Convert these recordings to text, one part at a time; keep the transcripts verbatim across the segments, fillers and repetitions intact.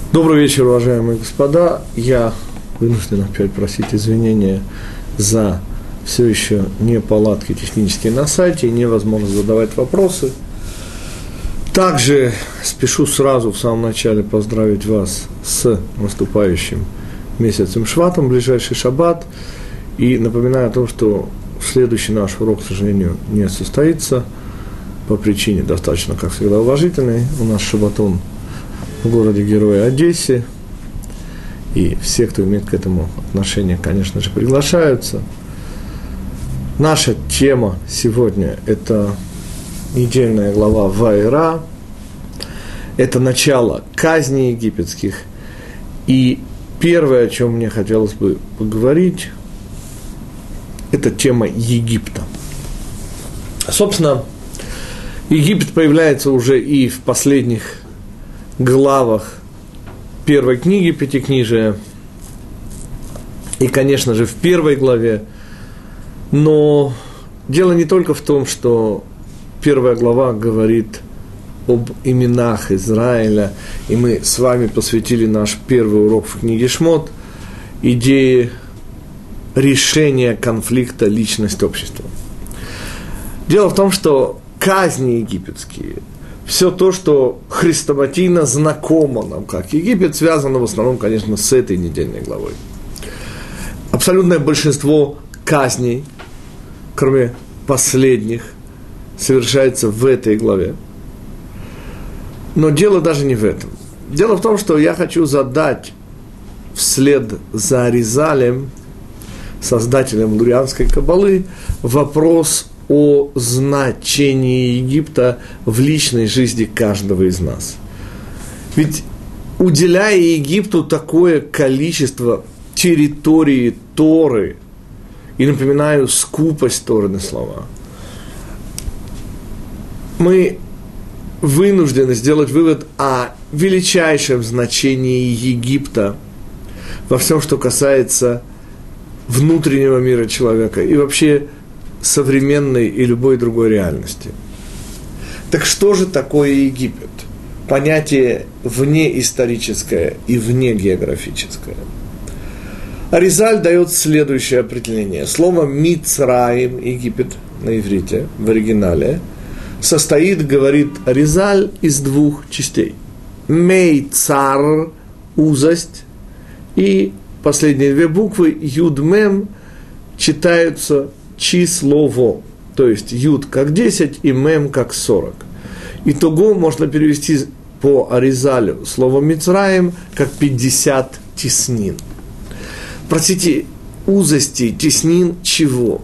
Добрый вечер, уважаемые господа. Я вынужден опять просить извинения за все еще неполадки технические на сайте и невозможность задавать вопросы. Также спешу сразу в самом начале поздравить вас с наступающим месяцем Шватом, ближайший шаббат. И напоминаю о том, что следующий наш урок, к сожалению, не состоится по причине достаточно, как всегда, уважительной. У нас шаббатон в городе-герое Одессе, и все, кто имеет к этому отношение, конечно же, приглашаются. Наша тема сегодня – это недельная глава Ваэра, это начало казни египетских, и первое, о чем мне хотелось бы поговорить, это тема Египта. Собственно, Египет появляется уже и в последних главах первой книги Пятикнижия, и, конечно же, в первой главе. Но дело не только в том, что первая глава говорит об именах Израиля, и мы с вами посвятили наш первый урок в книге Шмот идее решения конфликта личность общества. Дело в том, что казни египетские, все то, что хрестоматийно знакомо нам как Египет, связано в основном, конечно, с этой недельной главой. Абсолютное большинство казней, кроме последних, совершается в этой главе. Но дело даже не в этом. Дело в том, что я хочу задать вслед за Аризалем, создателем лурианской каббалы, вопрос о значении Египта в личной жизни каждого из нас. Ведь, уделяя Египту такое количество территории Торы, и, напоминаю, скупость Торы на слова, мы вынуждены сделать вывод о величайшем значении Египта во всем, что касается внутреннего мира человека и вообще современной и любой другой реальности. Так что же такое Египет? Понятие внеисторическое и внегеографическое. Аризаль дает следующее определение. Слово «Мицраим», Египет на иврите, в оригинале, состоит, говорит Аризаль, из двух частей. Мейцар, узость, и последние две буквы, юд-мем, читаются числово, то есть юд как десять и мем как сорок. Итого можно перевести по Аризалю слово Мицраим как пятьдесят теснин. Простите, узости, теснин чего?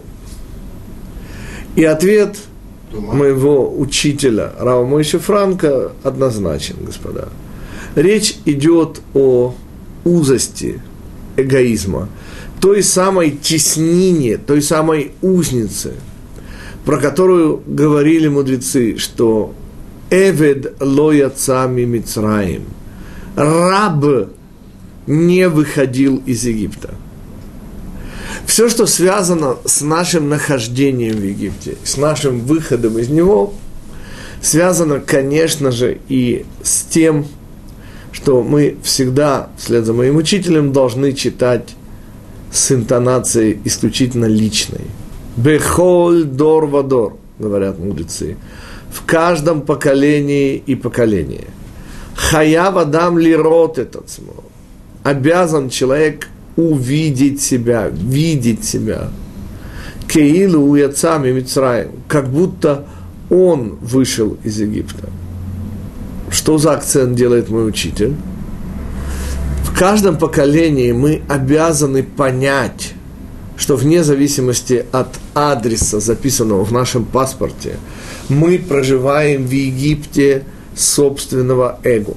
И ответ моего учителя Рава Моше Франка однозначен, господа. Речь идет о узости эгоизма, той самой теснине, той самой узнице, про которую говорили мудрецы, что «Эвед ло яца ми Мицраим» – раб не выходил из Египта. Все, что связано с нашим нахождением в Египте, с нашим выходом из него, связано, конечно же, и с тем, что мы всегда, вслед за моим учителем, должны читать с интонацией исключительно личной. «Бехоль дор вадор», говорят мудрецы, в каждом поколении и поколении. «Хаяв адам лирот этот смог». Обязан человек увидеть себя, видеть себя. «Кеилу уяца ми Мицраим», как будто он вышел из Египта. Что за акцент делает мой учитель? В каждом поколении мы обязаны понять, что вне зависимости от адреса, записанного в нашем паспорте, мы проживаем в Египте собственного эго.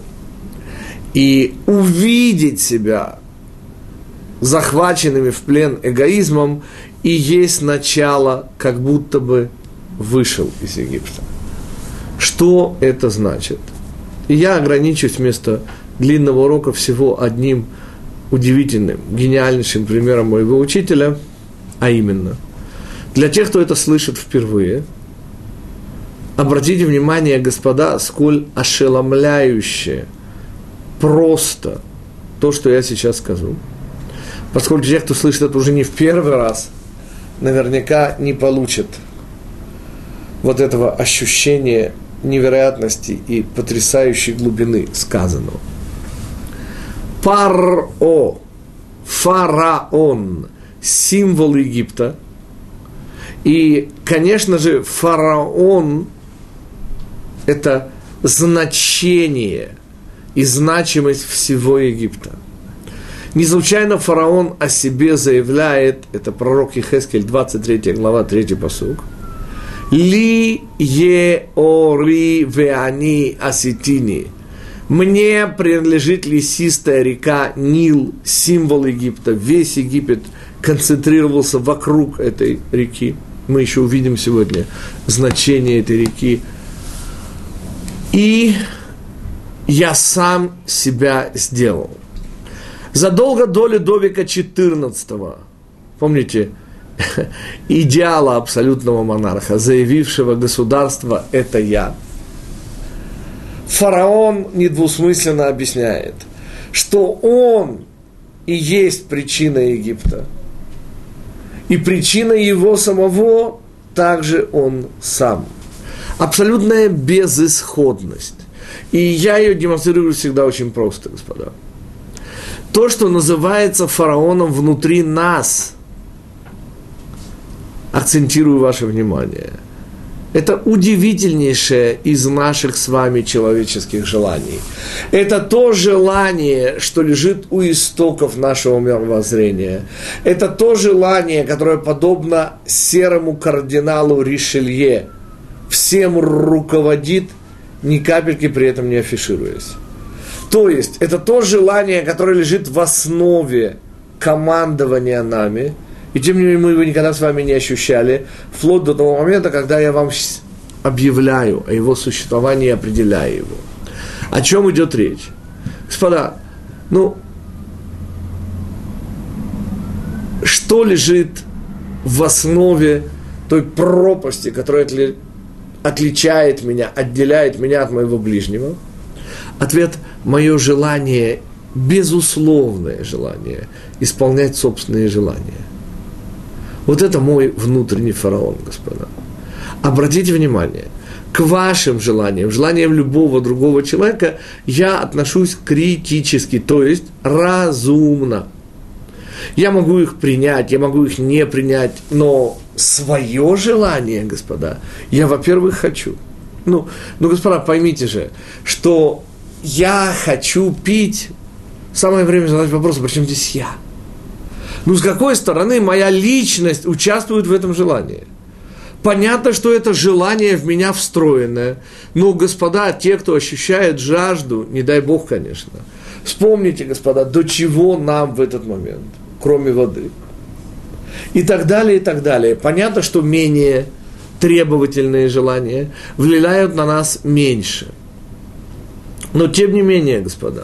И увидеть себя захваченными в плен эгоизмом и есть начало, как будто бы вышел из Египта. Что это значит? И я ограничусь вместо длинного урока всего одним удивительным, гениальнейшим примером моего учителя, а именно, для тех, кто это слышит впервые, обратите внимание, господа, сколь ошеломляющее просто то, что я сейчас скажу. Поскольку те, кто слышит это уже не в первый раз, наверняка не получат вот этого ощущения невероятности и потрясающей глубины сказанного. Паро, фараон, символ Египта. И, конечно же, фараон – это значение и значимость всего Египта. Не случайно фараон о себе заявляет, это пророк Йехескель, двадцать третья глава, третий пасук, «Ли еори веани аситини». Мне принадлежит лесистая река Нил, символ Египта. Весь Египет концентрировался вокруг этой реки. Мы еще увидим сегодня значение этой реки. И я сам себя сделал. Задолго до Людовика четырнадцатого, помните, идеала абсолютного монарха, заявившего государство «это я», фараон недвусмысленно объясняет, что он и есть причина Египта. И причина его самого также он сам. Абсолютная безысходность. И я ее демонстрирую всегда очень просто, господа. То, что называется фараоном внутри нас, акцентирую ваше внимание, это удивительнейшее из наших с вами человеческих желаний. Это то желание, что лежит у истоков нашего мировоззрения. Это то желание, которое подобно серому кардиналу Ришелье, всем руководит, ни капельки при этом не афишируясь. То есть, это то желание, которое лежит в основе командования нами, и тем не менее мы его никогда с вами не ощущали, вплоть до того момента, когда я вам объявляю о его существовании и определяю его. О чем идет речь? Господа, ну, что лежит в основе той пропасти, которая отличает меня, отделяет меня от моего ближнего? Ответ – мое желание, безусловное желание исполнять собственные желания. Вот это мой внутренний фараон, господа. Обратите внимание, к вашим желаниям, желаниям любого другого человека я отношусь критически, то есть разумно. Я могу их принять, я могу их не принять, но свое желание, господа, я, во-первых, хочу. Ну, ну, господа, поймите же, что я хочу пить, самое время задать вопрос, почему здесь я? Ну, с какой стороны моя личность участвует в этом желании? Понятно, что это желание в меня встроенное, но, господа, те, кто ощущает жажду, не дай Бог, конечно, вспомните, господа, до чего нам в этот момент, кроме воды. И так далее, и так далее. Понятно, что менее требовательные желания влияют на нас меньше. Но, тем не менее, господа,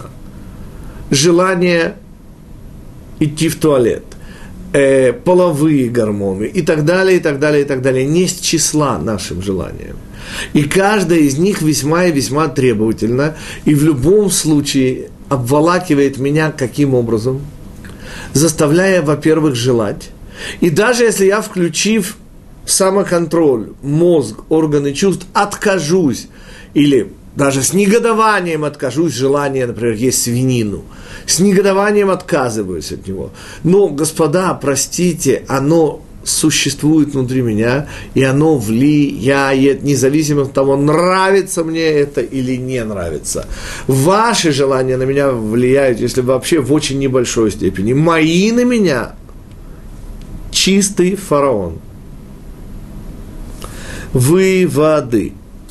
желание идти в туалет, э, половые гормоны и так далее, и так далее, и так далее, не с числа нашим желаниям. И каждая из них весьма и весьма требовательна, и в любом случае обволакивает меня каким образом? Заставляя, во-первых, желать. И даже если я, включив самоконтроль, мозг, органы чувств, откажусь или даже с негодованием откажусь желания, например, есть свинину. С негодованием отказываюсь от него. Но, господа, простите, оно существует внутри меня, и оно влияет, независимо от того, нравится мне это или не нравится. Ваши желания на меня влияют, если вообще в очень небольшой степени. Мои на меня чистый фараон. Выводы.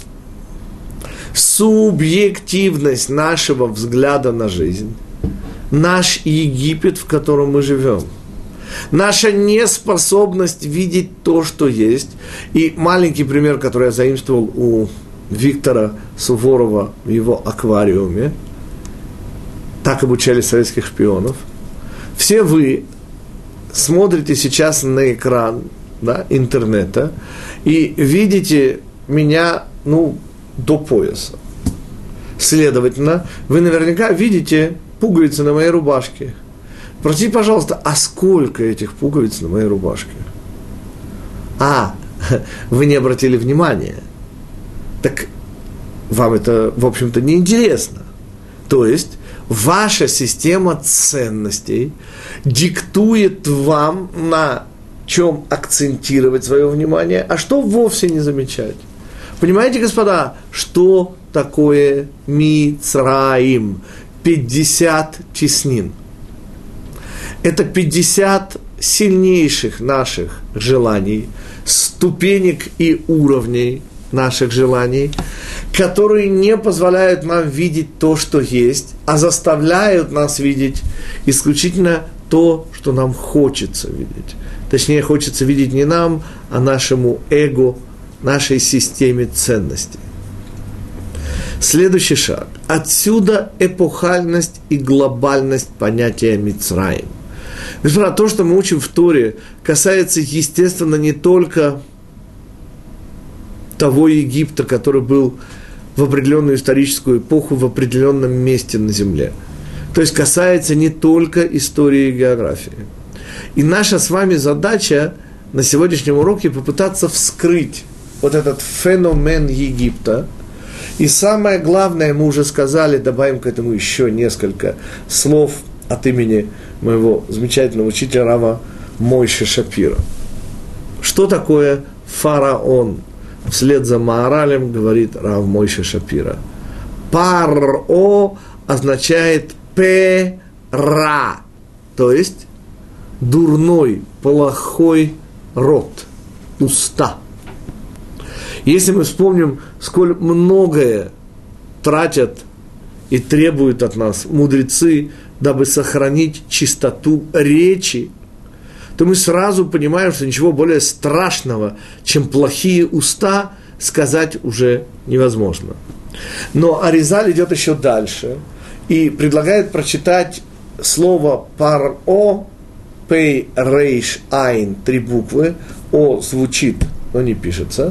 Субъективность нашего взгляда на жизнь, наш Египет, в котором мы живем, наша неспособность видеть то, что есть. И маленький пример, который я заимствовал у Виктора Суворова в его аквариуме, так обучали советских шпионов. Все вы смотрите сейчас на экран, да, интернета и видите меня, ну, до пояса. Следовательно, вы наверняка видите пуговицы на моей рубашке. Простите, пожалуйста, а сколько этих пуговиц на моей рубашке? А, вы не обратили внимания. Так вам это, в общем-то, не интересно. То есть, ваша система ценностей диктует вам, на чем акцентировать свое внимание, а что вовсе не замечать. Понимаете, господа, что такое Мицраим? пятьдесят теснин. Это пятьдесят сильнейших наших желаний, ступенек и уровней наших желаний, которые не позволяют нам видеть то, что есть, а заставляют нас видеть исключительно то, что нам хочется видеть. Точнее, хочется видеть не нам, а нашему эго, нашей системе ценностей. Следующий шаг. Отсюда эпохальность и глобальность понятия Мицраим. Господа, то, что мы учим в Торе, касается, естественно, не только того Египта, который был в определенную историческую эпоху, в определенном месте на земле. То есть касается не только истории и географии. И наша с вами задача на сегодняшнем уроке попытаться вскрыть вот этот феномен Египта. И самое главное, мы уже сказали, добавим к этому еще несколько слов от имени моего замечательного учителя Рава Мойше Шапира. Что такое фараон? Вслед за Маоралем говорит Рав Мойше Шапира. Паро означает пера, то есть дурной, плохой рот, уста. Если мы вспомним, сколь многое тратят и требуют от нас мудрецы, дабы сохранить чистоту речи, то мы сразу понимаем, что ничего более страшного, чем плохие уста, сказать уже невозможно. Но Аризаль идет еще дальше и предлагает прочитать слово «паро», «пей», «рейш», «айн», три буквы, «о» звучит, но не пишется,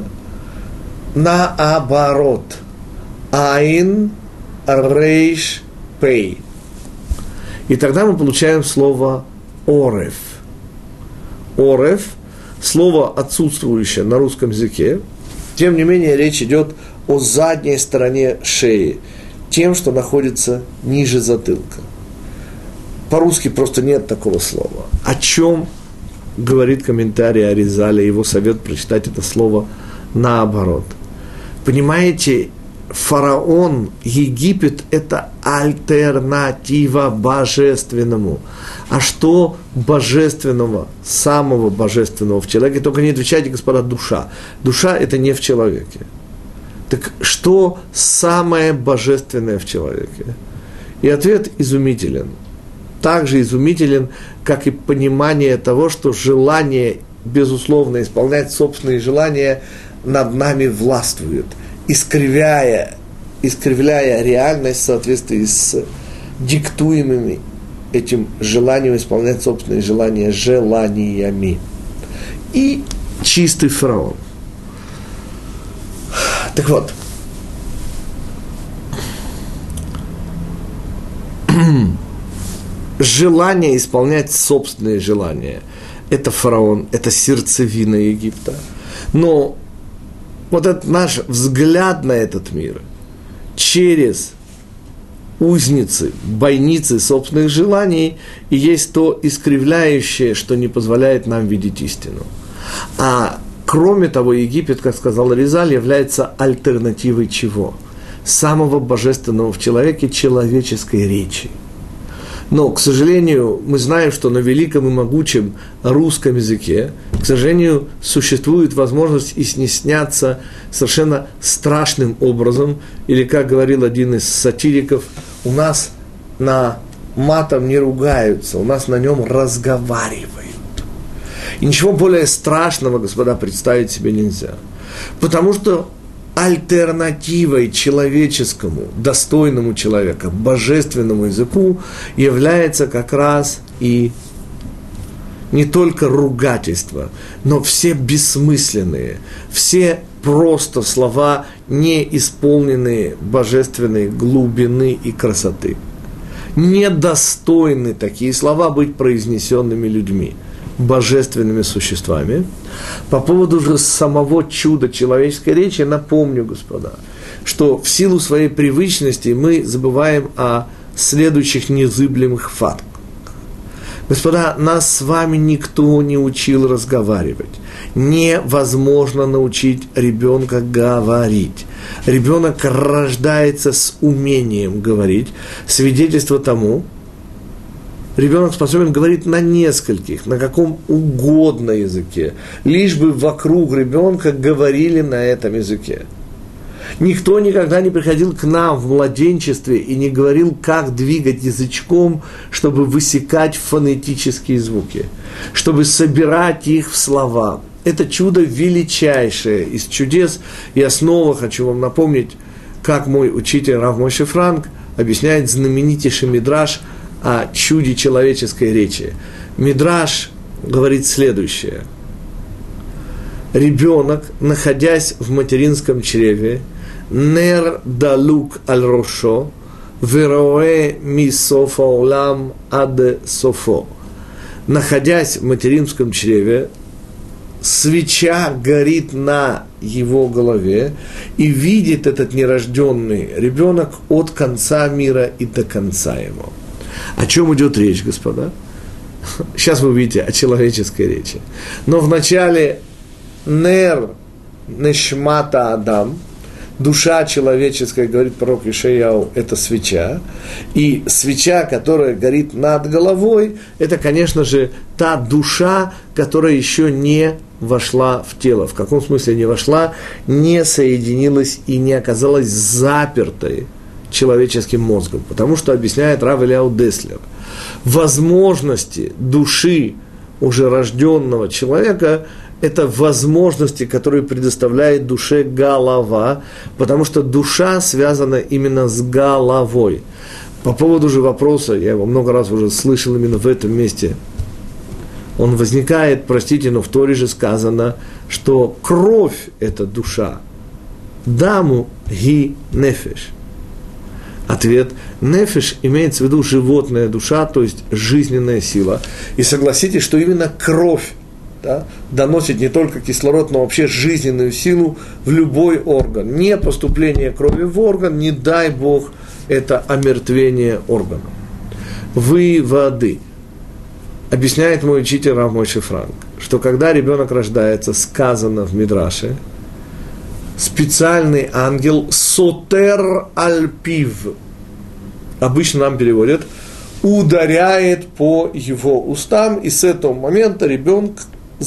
наоборот, «айн», «рейш», «пей». И тогда мы получаем слово «орев». Орев, слово отсутствующее на русском языке, тем не менее речь идет о задней стороне шеи, тем, что находится ниже затылка. По-русски просто нет такого слова. О чем говорит комментарий Аризаля, его совет прочитать это слово наоборот. Понимаете, фараон, Египет – это альтернатива божественному. А что божественного, самого божественного в человеке? Только не отвечайте, господа, душа. Душа – это не в человеке. Так что самое божественное в человеке? И ответ изумителен. Также изумителен, как и понимание того, что желание, безусловно, исполнять собственные желания над нами властвует, искривляя, искривляя реальность в соответствии с диктуемыми этим желанием исполнять собственные желания желаниями. И чистый фараон. Так вот, желание исполнять собственные желания – это фараон, это сердцевина Египта. Но вот этот наш взгляд на этот мир через узницы, бойницы собственных желаний и есть то искривляющее, что не позволяет нам видеть истину. А кроме того, Египет, как сказал Аризаль, является альтернативой чего? Самого божественного в человеке человеческой речи. Но, к сожалению, мы знаем, что на великом и могучем русском языке, к сожалению, существует возможность и снесняться совершенно страшным образом, или, как говорил один из сатириков, у нас на матом не ругаются, у нас на нем разговаривают. И ничего более страшного, господа, представить себе нельзя. Потому что альтернативой человеческому, достойному человека, божественному языку является как раз и не только ругательство, но все бессмысленные, все просто слова, не исполненные божественной глубины и красоты. Недостойны такие слова быть произнесенными людьми, божественными существами. По поводу же самого чуда человеческой речи, напомню, господа, что в силу своей привычности мы забываем о следующих незыблемых фактах. Господа, нас с вами никто не учил разговаривать. Невозможно научить ребенка говорить. Ребенок рождается с умением говорить. Свидетельство тому, ребенок способен говорить на нескольких, на каком угодно языке, лишь бы вокруг ребенка говорили на этом языке. Никто никогда не приходил к нам в младенчестве и не говорил, как двигать язычком, чтобы высекать фонетические звуки, чтобы собирать их в слова. Это чудо величайшее из чудес. Я снова хочу вам напомнить, как мой учитель Рав Моше Франк объясняет знаменитейший мидраш о чуде человеческой речи. Мидраш говорит следующее. Ребенок, находясь в материнском чреве, нер далук аль рошо, вероэ ми софа олам ад софо. Находясь в материнском чреве, свеча горит на его голове, и видит этот нерожденный ребенок от конца мира и до конца его. О чем идет речь, господа? Сейчас вы увидите о человеческой речи. Но вначале нер нешмата адам, душа человеческая, говорит пророк Ишаяу, это свеча. И свеча, которая горит над головой, это, конечно же, та душа, которая еще не вошла в тело. В каком смысле не вошла? Не соединилась и не оказалась запертой человеческим мозгом. Потому что, объясняет Рав Элиау Деслер, возможности души уже рожденного человека – это возможности, которые предоставляет душе голова, потому что душа связана именно с головой. По поводу же вопроса, я его много раз уже слышал именно в этом месте, он возникает, простите, но в Торе же сказано, что кровь – это душа. Даму ги нефеш. Ответ – нефеш имеется в виду животная душа, то есть жизненная сила. И согласитесь, что именно кровь, да, доносит не только кислород, но вообще жизненную силу в любой орган. Не поступление крови в орган, не дай Бог, это омертвение органа. Выводы. Объясняет мой учитель Рав Моше Франк, что когда ребенок рождается, сказано в Мидраше, специальный ангел сотер альпив, обычно нам переводят, ударяет по его устам, и с этого момента ребенок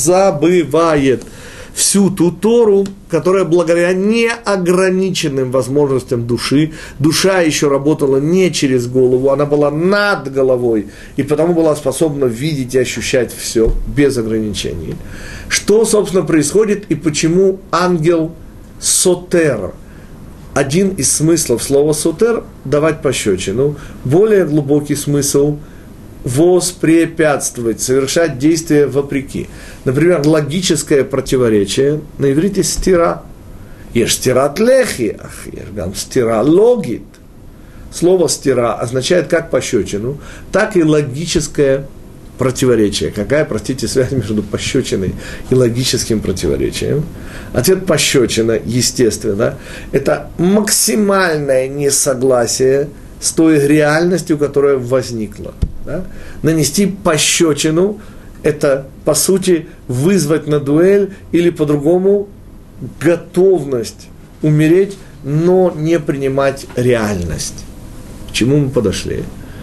забывает всю ту Тору, которая благодаря неограниченным возможностям души, душа еще работала не через голову, она была над головой, и потому была способна видеть и ощущать все без ограничений. Что, собственно, происходит и почему ангел сотер? Один из смыслов слова сотер – давать пощечину, более глубокий смысл – воспрепятствовать, совершать действия вопреки. Например, логическое противоречие на иврите стира. Еш стират лехи, ах, еш гам стира логит. Слово стира означает как пощечину, так и логическое противоречие. Какая, простите, связь между пощечиной и логическим противоречием? Ответ пощечина, естественно, это максимальное несогласие с той реальностью, которая возникла. Да? Нанести пощечину – это, по сути, вызвать на дуэль или, по-другому, готовность умереть, но не принимать реальность. К чему мы подошли?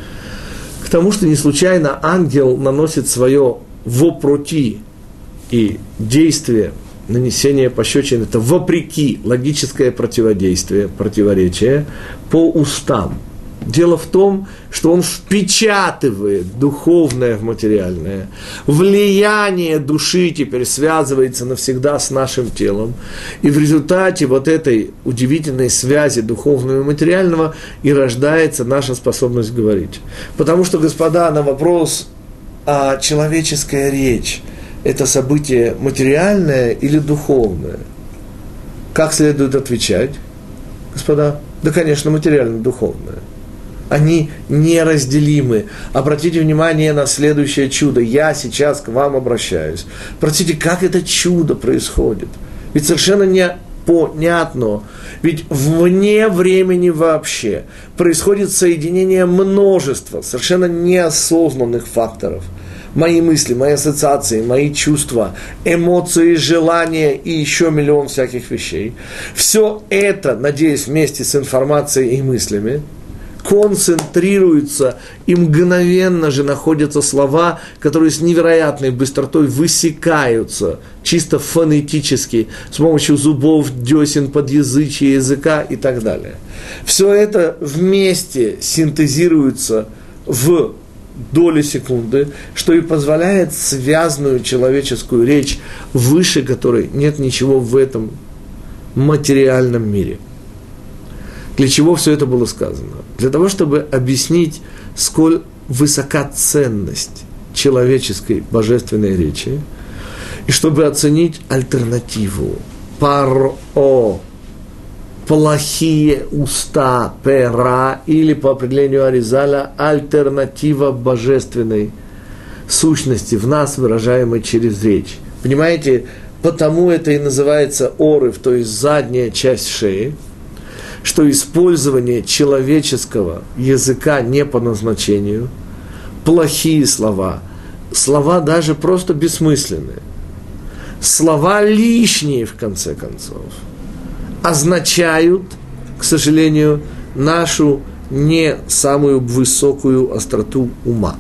К тому, что не случайно ангел наносит свое вопроти, и действие нанесения пощечины – это вопреки, логическое противодействие, противоречие по устам. Дело в том, что он впечатывает духовное в материальное. Влияние души теперь связывается навсегда с нашим телом. И в результате вот этой удивительной связи духовного и материального и рождается наша способность говорить. Потому что, господа, на вопрос, а человеческая речь – это событие материальное или духовное? Как следует отвечать, господа? Да, конечно, материально-духовное. Они неразделимы. Обратите внимание на следующее чудо. Я сейчас к вам обращаюсь. Простите, как это чудо происходит? Ведь совершенно непонятно. Ведь вне времени вообще происходит соединение множества совершенно неосознанных факторов. Мои мысли, мои ассоциации, мои чувства, эмоции, желания и еще миллион всяких вещей. Все это, надеюсь, вместе с информацией и мыслями, концентрируются, и мгновенно же находятся слова, которые с невероятной быстротой высекаются, чисто фонетически, с помощью зубов, десен, подъязычия, языка и так далее. Все это вместе синтезируется в доли секунды, что и позволяет связанную человеческую речь, выше которой нет ничего в этом материальном мире. Для чего все это было сказано? Для того, чтобы объяснить, сколь высока ценность человеческой божественной речи, и чтобы оценить альтернативу. Паро, плохие уста, пера, или по определению Аризаля, альтернатива божественной сущности в нас, выражаемой через речь. Понимаете, потому это и называется орыв, то есть задняя часть шеи, что использование человеческого языка не по назначению, плохие слова, слова даже просто бессмысленные, слова лишние, в конце концов, означают, к сожалению, нашу не самую высокую остроту ума.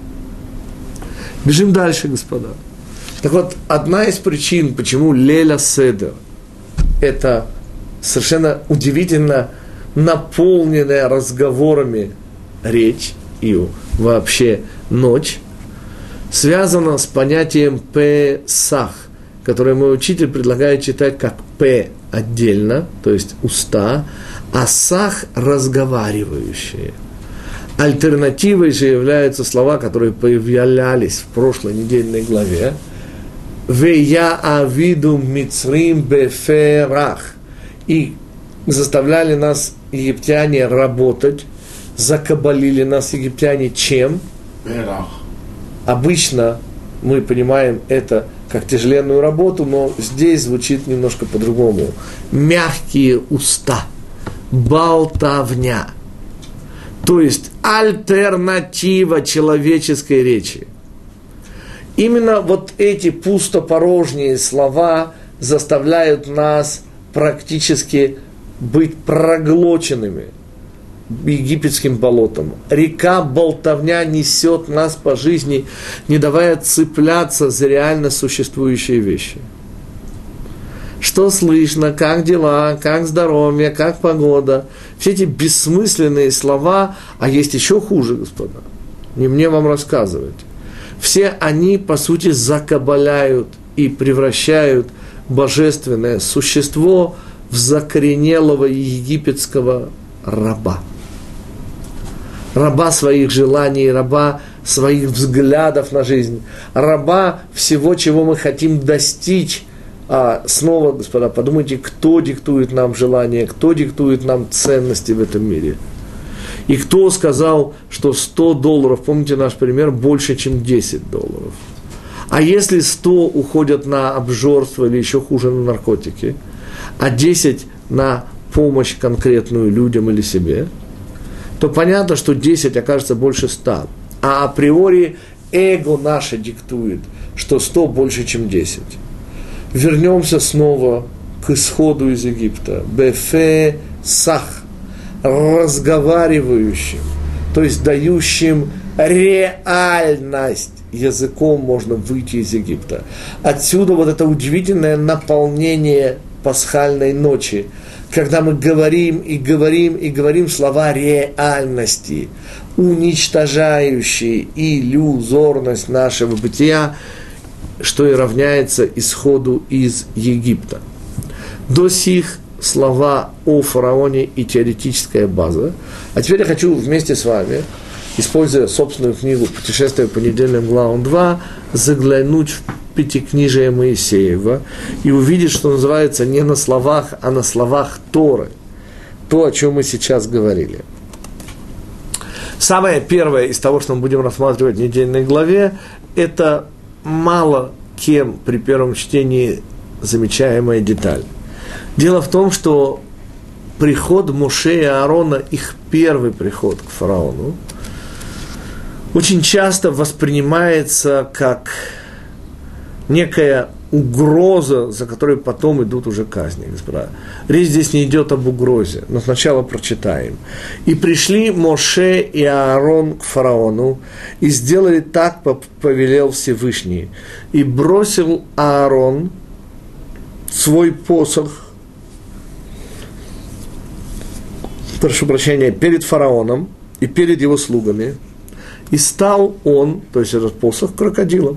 Бежим дальше, господа. Так вот, одна из причин, почему Лейла Седер – это совершенно удивительно наполненная разговорами речь и вообще ночь, связана с понятием Песах, которое мой учитель предлагает читать как П отдельно, то есть уста, а Сах разговаривающие. Альтернативой же являются слова, которые появлялись в прошлой недельной главе. «Вея авиду мицрим беферах». И заставляли нас египтяне работать, закабалили нас египтяне чем? Берах. Обычно мы понимаем это как тяжеленную работу, но здесь звучит немножко по-другому. Мягкие уста, болтовня. То есть альтернатива человеческой речи. Именно вот эти пустопорожние слова заставляют нас практически быть проглоченными египетским болотом. Река болтовня несет нас по жизни, не давая цепляться за реально существующие вещи. Что слышно, как дела, как здоровье, как погода. Все эти бессмысленные слова, а есть еще хуже, господа, не мне вам рассказывать. Все они, по сути, закабаляют и превращают божественное существо в закоренелого египетского раба. Раба своих желаний, раба своих взглядов на жизнь, раба всего, чего мы хотим достичь. А снова, господа, подумайте, кто диктует нам желания, кто диктует нам ценности в этом мире. И кто сказал, что сто долларов, помните наш пример, больше, чем десять долларов. А если сто уходят на обжорство или еще хуже на наркотики, а десять на помощь конкретную людям или себе, то понятно, что десять окажется больше ста. А априори эго наше диктует, что сто больше, чем десять. Вернемся снова к исходу из Египта. Бефе сах, разговаривающим, то есть дающим реальность. Языком можно выйти из Египта. Отсюда вот это удивительное наполнение пасхальной ночи, когда мы говорим и говорим и говорим слова реальности, уничтожающие иллюзорность нашего бытия, что и равняется исходу из Египта. До сих слова о фараоне и теоретическая база. А теперь я хочу вместе с вами, используя собственную книгу «Путешествие по недельным главам два», заглянуть Пятикнижия Моисеева и увидит, что называется, не на словах, а на словах Торы. То, о чем мы сейчас говорили. Самое первое из того, что мы будем рассматривать в недельной главе, это мало кем при первом чтении замечаемая деталь. Дело в том, что приход Моше и Аарона, их первый приход к фараону, очень часто воспринимается как некая угроза, за которой потом идут уже казни, господа. Речь здесь не идет об угрозе, но сначала прочитаем. «И пришли Моше и Аарон к фараону, и сделали так, как повелел Всевышний. И бросил Аарон свой посох, прошу прощения, перед фараоном и перед его слугами, и стал он, то есть этот посох, крокодилом.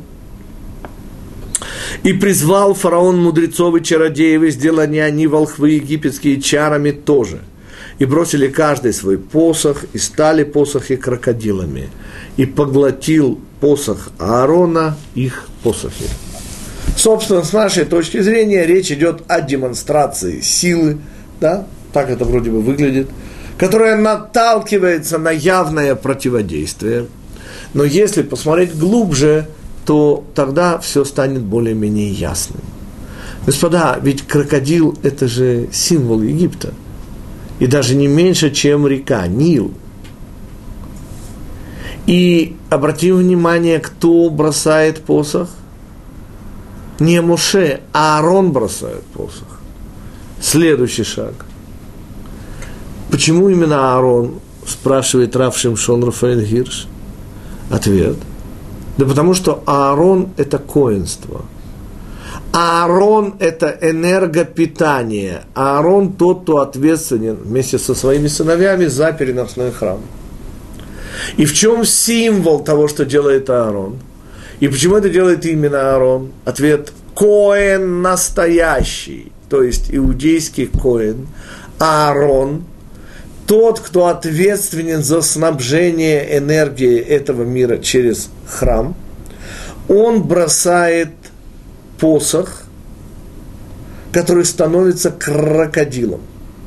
И призвал фараон мудрецов и чародеев, и сделали они волхвы египетские чарами тоже. И бросили каждый свой посох, и стали посохи крокодилами. И поглотил посох Аарона их посохи». Собственно, с нашей точки зрения, речь идет о демонстрации силы, да, так это вроде бы выглядит, которая наталкивается на явное противодействие. Но если посмотреть глубже, то тогда все станет более-менее ясным. Господа, ведь крокодил – это же символ Египта. И даже не меньше, чем река Нил. И обратим внимание, кто бросает посох? Не Моше, а Аарон бросает посох. Следующий шаг. Почему именно Аарон, спрашивает Рав Шимшон Рафаэль Гирш? Ответ. Да потому что Аарон – это коэнство. Аарон – это энергопитание. Аарон – тот, кто ответственен вместе со своими сыновьями за переносной храм. И в чем символ того, что делает Аарон? И почему это делает именно Аарон? Ответ – коэн настоящий, то есть иудейский коэн. Аарон – тот, кто ответственен за снабжение энергией этого мира через храм, он бросает посох, который становится крокодилом.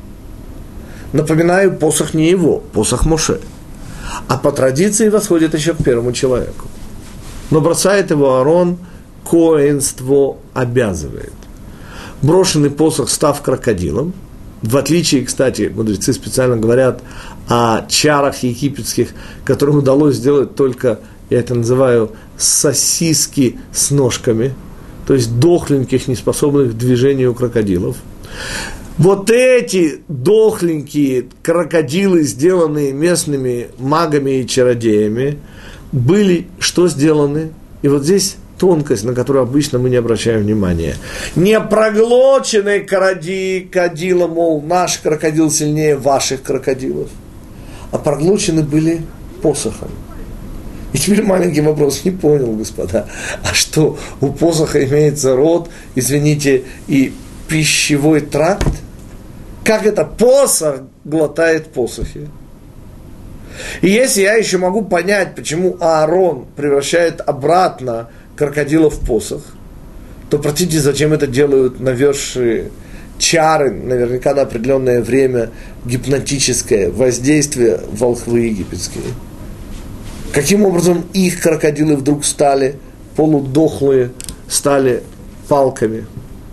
Напоминаю, посох не его, посох Моше. А по традиции восходит еще к первому человеку. Но бросает его Аарон, коэнство обязывает. Брошенный посох, став крокодилом, в отличие, кстати, мудрецы специально говорят о чарах египетских, которым удалось сделать только, я это называю, сосиски с ножками, то есть дохленьких, неспособных к движению крокодилов. Вот эти дохленькие крокодилы, сделанные местными магами и чародеями, были что сделаны? И вот здесь тонкость, на которую обычно мы не обращаем внимания. Не проглоченный крокодила, мол, наш крокодил сильнее ваших крокодилов, а проглочены были посохом. И теперь маленький вопрос, не понял, господа, а что, у посоха имеется рот, извините, и пищевой тракт? Как это посох глотает посохи? И если я еще могу понять, почему Аарон превращает обратно крокодила в посох, то, простите, зачем это делают навершие чары, наверняка на определенное время, гипнотическое воздействие волхвы египетские? Каким образом их крокодилы вдруг стали полудохлые, стали палками?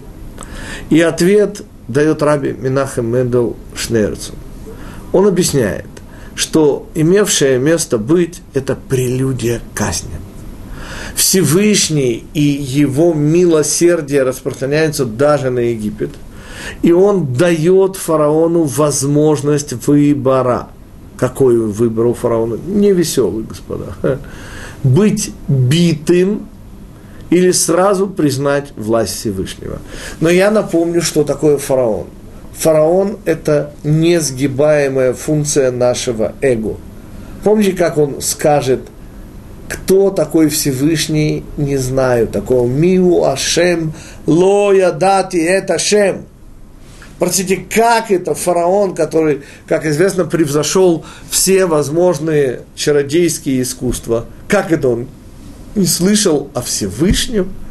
И ответ дает раби Менахем Мендел Шнеерцу. Он объясняет, что имевшее место быть – это прелюдия к казням. Всевышний и его милосердие распространяются даже на Египет, и он дает фараону возможность выбора. Какой выбор у фараона? Не веселый, господа. Быть битым или сразу признать власть Всевышнего. Но я напомню, что такое фараон. Фараон – это несгибаемая функция нашего эго. Помните, как он скажет: кто такой Всевышний, не знаю. Такого миу Ашем, ло ядати это Шем. Простите, как это фараон, который, как известно, превзошел все возможные чародейские искусства, как это он не слышал о Всевышнем?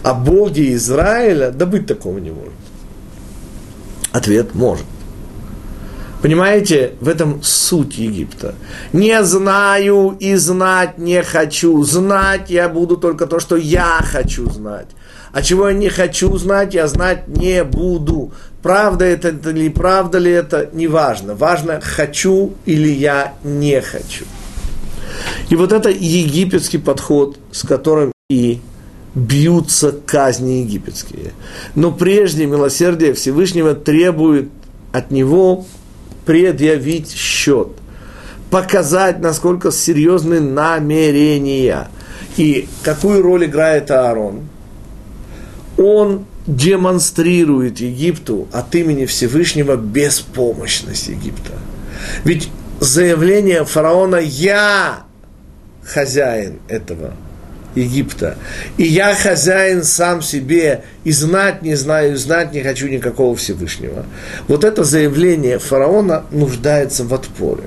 о Боге Израиля, да быть такого не может. Ответ – может. Понимаете, в этом суть Египта. Не знаю и знать не хочу. Знать я буду только то, что я хочу знать. А чего я не хочу знать, я знать не буду. Правда это или правда ли это, не важно. Важно, хочу или я не хочу. И вот это египетский подход, с которым и бьются казни египетские. Но прежде милосердие Всевышнего требует от него предъявить счет, показать, насколько серьезны намерения. И какую роль играет Аарон? Он демонстрирует Египту от имени Всевышнего беспомощность Египта. Ведь заявление фараона «Я хозяин этого Египта, и я хозяин сам себе, и знать не знаю, и знать не хочу никакого Всевышнего». Вот это заявление фараона нуждается в отпоре.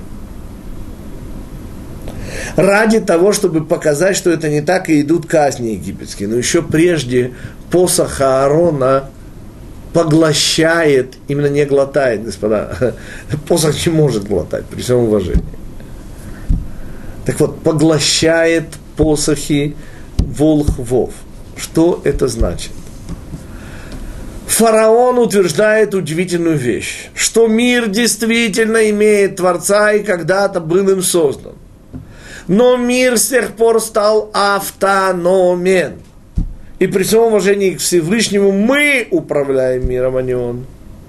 Ради того, чтобы показать, что это не так, и идут казни египетские. Но еще прежде посох Аарона поглощает, именно не глотает, господа. Посох не может глотать, при всем уважении. Так вот, поглощает посохи волхвов. Что это значит? Фараон утверждает удивительную вещь, что мир действительно имеет Творца и когда-то был им создан. Но мир с тех пор стал автономен. И при всем уважении к Всевышнему мы управляем миром, а не он.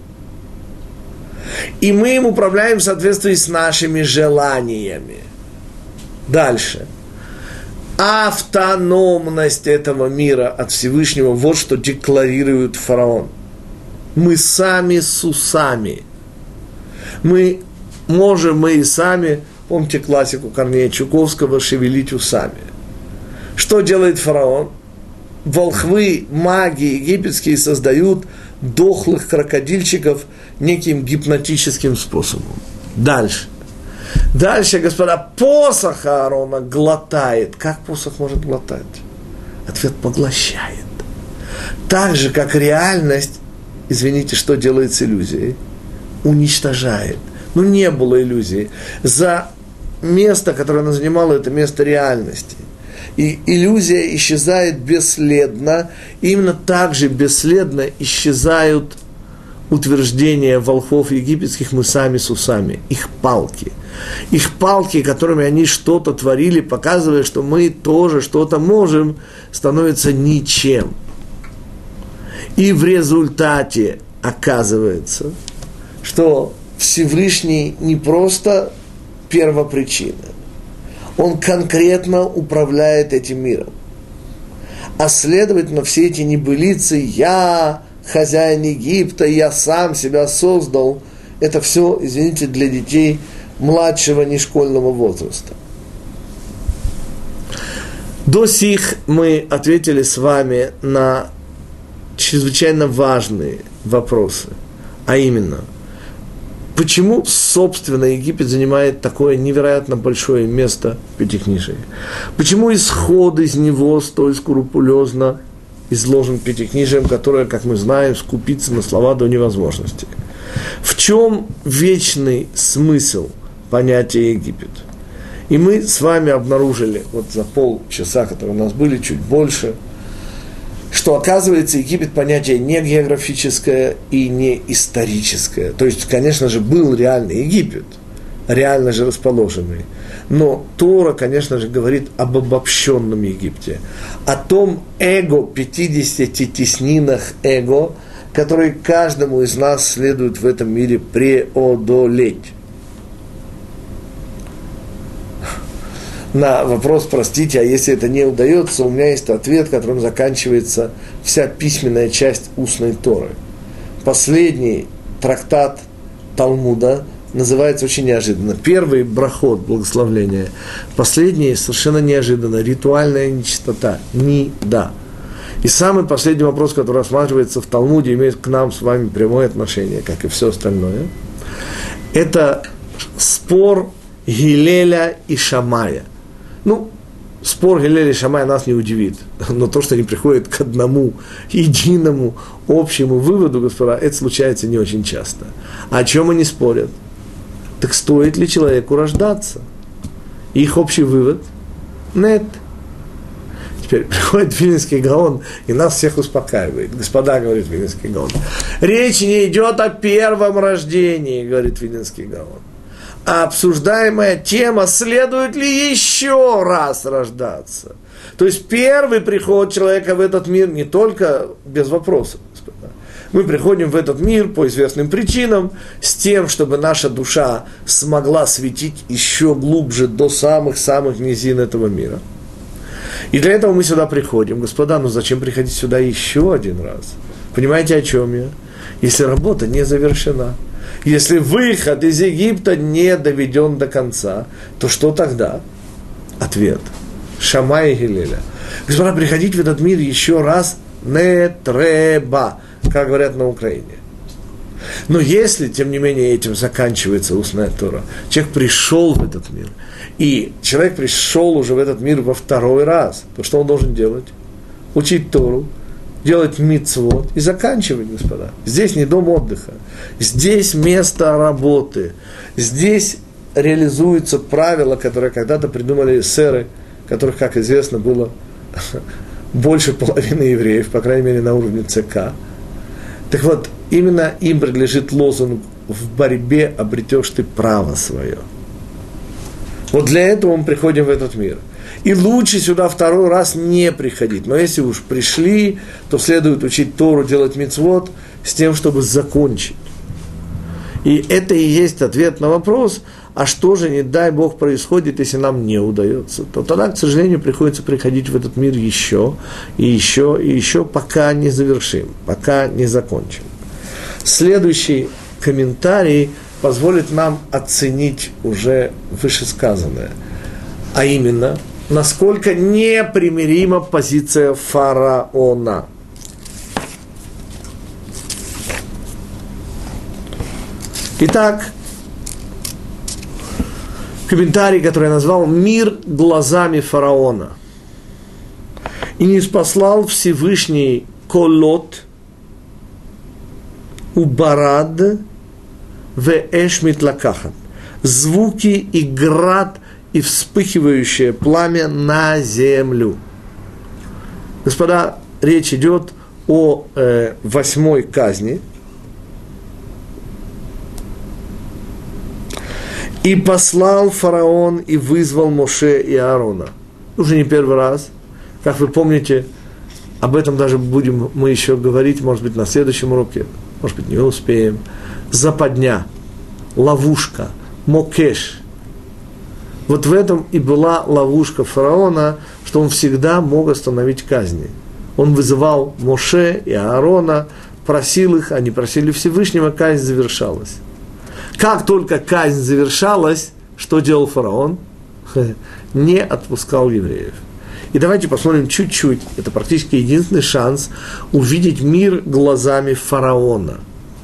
И мы им управляем в соответствии с нашими желаниями. Дальше. Автономность этого мира от Всевышнего, вот что декларирует фараон. Мы сами с усами. Мы можем, мы и сами, помните классику Корнея Чуковского, шевелить усами. Что делает фараон? Волхвы, маги египетские создают дохлых крокодильчиков неким гипнотическим способом. Дальше. Дальше, господа, посох Аарона глотает. Как посох может глотать? Ответ: поглощает. Так же, как реальность, извините, что делает с иллюзией? Уничтожает. Ну, не было иллюзии. За место, которое она занимала, это место реальности. И иллюзия исчезает бесследно. И именно так же бесследно исчезают утверждения волхвов египетских «мы сами с усами», их палки. Их палки, которыми они что-то творили, показывая, что мы тоже что-то можем, становятся ничем. И в результате оказывается, что Всевышний не просто первопричина, он конкретно управляет этим миром. А следовательно, все эти небылицы «я хозяин Египта, я сам себя создал», это все, извините, для детей младшего нешкольного возраста. До сих мы ответили с вами на чрезвычайно важные вопросы, а именно, почему, собственно, Египет занимает такое невероятно большое место в Пятикнижии? Почему исход из него столь скрупулезно изложен Пятикнижием, которое, как мы знаем, скупится на слова до невозможности? В чем вечный смысл понятия Египет? И мы с вами обнаружили, вот за полчаса, которые у нас были, чуть больше, что, оказывается, Египет понятие не географическое и не историческое. То есть, конечно же, был реальный Египет, реально же расположенный. Но Тора, конечно же, говорит об обобщенном Египте, о том эго, пятидесяти теснинах эго, которые каждому из нас следует в этом мире преодолеть. На вопрос, простите, а если это не удается, у меня есть ответ, которым заканчивается вся письменная часть устной Торы. Последний трактат Талмуда называется очень неожиданно. Первый брахот, благословление. Последний совершенно неожиданно. Ритуальная нечистота. Ни-да. И самый последний вопрос, который рассматривается в Талмуде, имеет к нам с вами прямое отношение, как и все остальное. Это спор Гилеля и Шамая. Ну, спор Гилеля и Шамая нас не удивит, но то, что они приходят к одному единому общему выводу, господа, это случается не очень часто. А о чем они спорят? Так стоит ли человеку рождаться? Их общий вывод – нет. Теперь приходит Вильнинский Гаон и нас всех успокаивает. Господа, говорит Вильнинский Гаон, речь не идет о первом рождении, говорит Вильнинский Гаон. А обсуждаемая тема, следует ли еще раз рождаться. То есть первый приход человека в этот мир не только без вопросов. Господа. Мы приходим в этот мир по известным причинам, с тем, чтобы наша душа смогла светить еще глубже до самых-самых низин этого мира. И для этого мы сюда приходим. Господа, ну зачем приходить сюда еще один раз? Понимаете, о чем я? Если работа не завершена, если выход из Египта не доведен до конца, то что тогда? Ответ. Шамая и Гилеля. Господа, приходить в этот мир еще раз не треба, как говорят на Украине. Но если, тем не менее, этим заканчивается устная Тора, человек пришел в этот мир, и человек пришел уже в этот мир во второй раз, то что он должен делать? Учить Тору, делать мицвот и заканчивать, господа. Здесь не дом отдыха, здесь место работы, здесь реализуются правила, которые когда-то придумали эсеры, которых, как известно, было больше половины евреев, по крайней мере, на уровне ЦК. Так вот, именно им принадлежит лозунг «В борьбе обретешь ты право свое». Вот для этого мы приходим в этот мир. И лучше сюда второй раз не приходить. Но если уж пришли, то следует учить Тору, делать мицвот с тем, чтобы закончить. И это и есть ответ на вопрос, а что же, не дай Бог, происходит, если нам не удается. То тогда, к сожалению, приходится приходить в этот мир еще, и еще, и еще, пока не завершим, пока не закончим. Следующий комментарий позволит нам оценить уже вышесказанное. А именно, насколько непримирима позиция фараона. Итак, комментарий, который я назвал «Мир глазами фараона». «И не спаслал Всевышний колот, убарад, веэш митлакахат» звуки и град и вспыхивающее пламя на землю. Господа, речь идет о э, восьмой казни. «И послал фараон и вызвал Моше и Аарона». Уже не первый раз. Как вы помните, об этом даже будем мы еще говорить, может быть, на следующем уроке, может быть, не успеем. Западня, ловушка, мокеш. Вот в этом и была ловушка фараона, что он всегда мог остановить казни. Он вызывал Моше и Аарона, просил их, они просили Всевышнего, казнь завершалась. Как только казнь завершалась, что делал фараон? Не отпускал евреев. И давайте посмотрим чуть-чуть, это практически единственный шанс увидеть мир глазами фараона.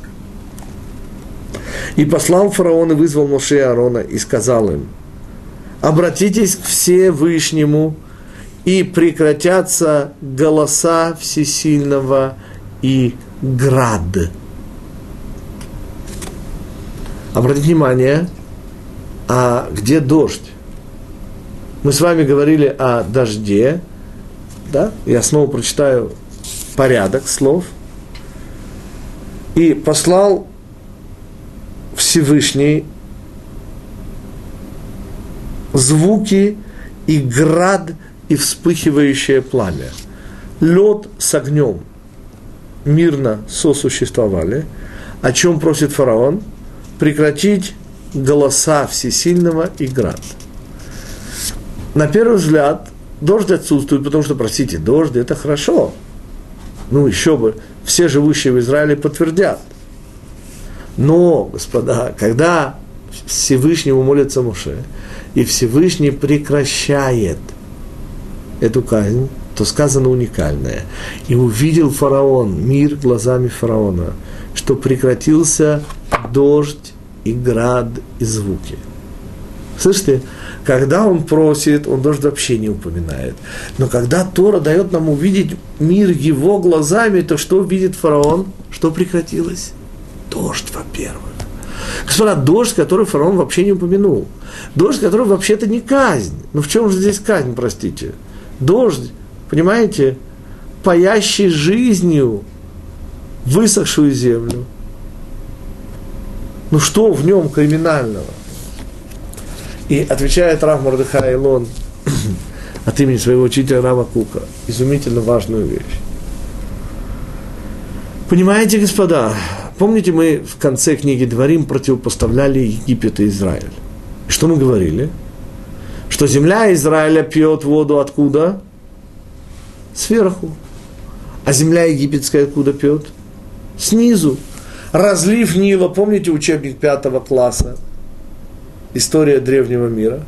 «И послал фараон и вызвал Моше и Аарона и сказал им: обратитесь к Всевышнему, и прекратятся голоса Всесильного и град». Обратите внимание, а где дождь? Мы с вами говорили о дожде, да? Я снова прочитаю порядок слов. «И послал Всевышний звуки и град и вспыхивающее пламя. Лед с огнем мирно сосуществовали. О чем просит фараон? Прекратить голоса Всесильного и град». На первый взгляд дождь отсутствует, потому что, простите, дождь – это хорошо. Ну, еще бы, все живущие в Израиле подтвердят. Но, господа, когда Всевышнему молится Моше, и Всевышний прекращает эту казнь, то сказано уникальное. «И увидел фараон, мир глазами фараона, что прекратился дождь и град и звуки». Слышите? Когда он просит, он дождь вообще не упоминает. Но когда Тора дает нам увидеть мир его глазами, то что видит фараон? Что прекратилось? Дождь, во-первых. Господа, дождь, который фараон вообще не упомянул. Дождь, который вообще-то не казнь. Ну в чем же здесь казнь, простите? Дождь, понимаете, паящий жизнью высохшую землю. Ну что в нем криминального? И отвечает Рав Мордехай Илон от имени своего учителя Рава Кука изумительно важную вещь. Понимаете, господа, помните, мы в конце книги Дворим противопоставляли Египет и Израиль. И что мы говорили? Что земля Израиля пьет воду откуда? Сверху. А земля египетская откуда пьет? Снизу. Разлив Нила, помните учебник пятого класса? История древнего мира.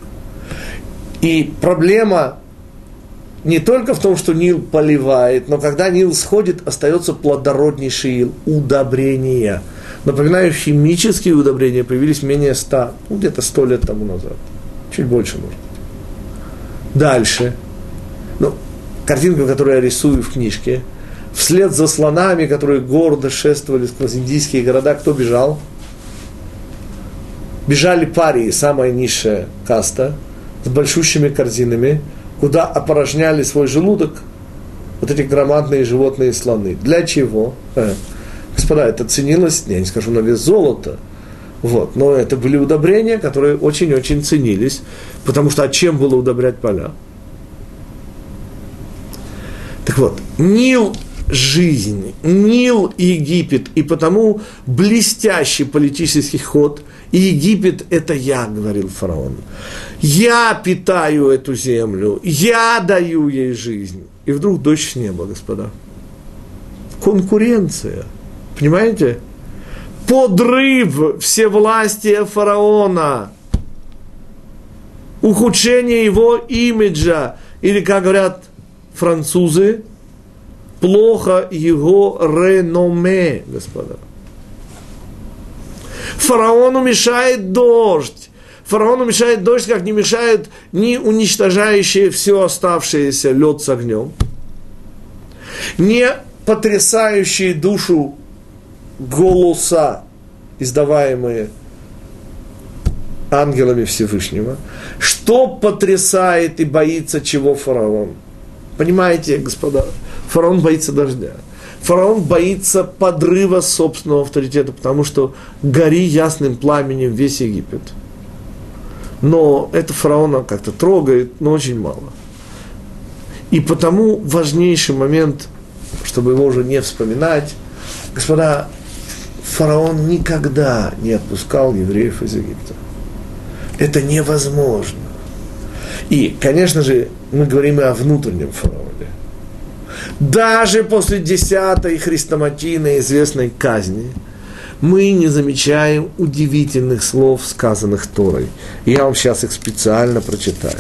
И проблема не только в том, что Нил поливает, но когда Нил сходит, остается плодороднейший ил, удобрения. Напоминаю, химические удобрения появились менее ста, ну, где-то сто лет тому назад. Чуть больше, может быть. Дальше. Ну, картинку, которую я рисую в книжке. Вслед за слонами, которые гордо шествовали сквозь индийские города, кто бежал? Бежали парии, самая низшая каста, с большущими корзинами, куда опорожняли свой желудок вот эти громадные животные слоны. Для чего? Э, господа, это ценилось, я не скажу на вес золота, вот, но это были удобрения, которые очень-очень ценились, потому что а чем было удобрять поля? Так вот, Нил – жизнь, Нил – Египет, и потому блестящий политический ход – и Египет – это я, говорил фараон. Я питаю эту землю, я даю ей жизнь. И вдруг дождь с неба, господа. Конкуренция. Понимаете? Подрыв всевластия фараона. Ухудшение его имиджа. Или, как говорят французы, плохо его реноме, господа. Фараону мешает дождь. Фараону мешает дождь, как не мешает ни уничтожающий все оставшееся лед с огнем, не потрясающие душу голоса, издаваемые ангелами Всевышнего. Что потрясает и боится чего фараон? Понимаете, господа, фараон боится дождя. Фараон боится подрыва собственного авторитета, потому что гори ясным пламенем весь Египет. Но это фараона как-то трогает, но очень мало. И потому важнейший момент, чтобы его уже не вспоминать, господа, фараон никогда не отпускал евреев из Египта. Это невозможно. И, конечно же, мы говорим и о внутреннем фараоне. Даже после десятой хрестоматийной известной казни мы не замечаем удивительных слов, сказанных Торой. Я вам сейчас их специально прочитаю.